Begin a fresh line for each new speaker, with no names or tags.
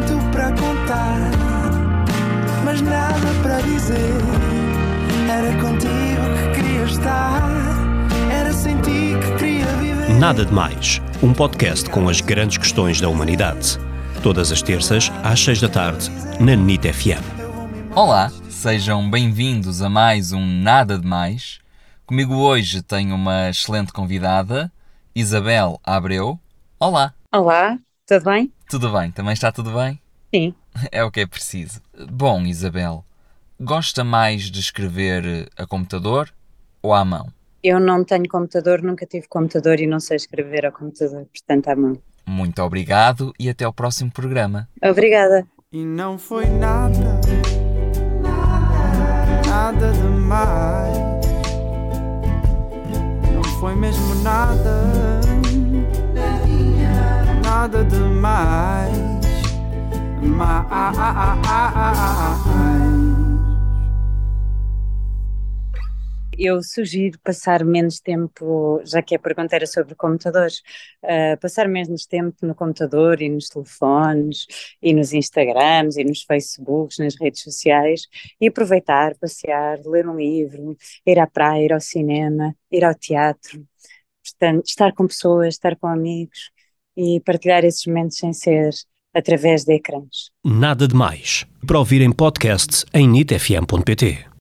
tanto para contar, mas nada para dizer. Era contigo que queria estar, era sem ti que queria viver.
Nada de Mais, um podcast com as grandes questões da humanidade. Todas as terças, às 6 da tarde, na NIT FM.
Olá, sejam bem-vindos a mais um Nada de Mais. Comigo hoje tenho uma excelente convidada, Isabel Abreu. Olá.
Olá, tudo bem?
Tudo bem, também está tudo bem?
Sim.
É o que é preciso. Bom, Isabel, gosta mais de escrever a computador ou à mão?
Eu não tenho computador, nunca tive computador e não sei escrever ao computador, portanto à mão.
Muito obrigado e até ao próximo programa.
Obrigada.
E não foi nada, nada demais. Não foi mesmo nada, nada demais.
Eu sugiro passar menos tempo, já que a pergunta era sobre computadores, passar menos tempo no computador e nos telefones e nos Instagrams e nos Facebooks, nas redes sociais e aproveitar, passear, ler um livro, ir à praia, ir ao cinema, ir ao teatro, portanto, estar com pessoas, estar com amigos e partilhar esses momentos sem ser através de ecrãs.
Nada de Mais. Para ouvir em podcast em nitfm.pt.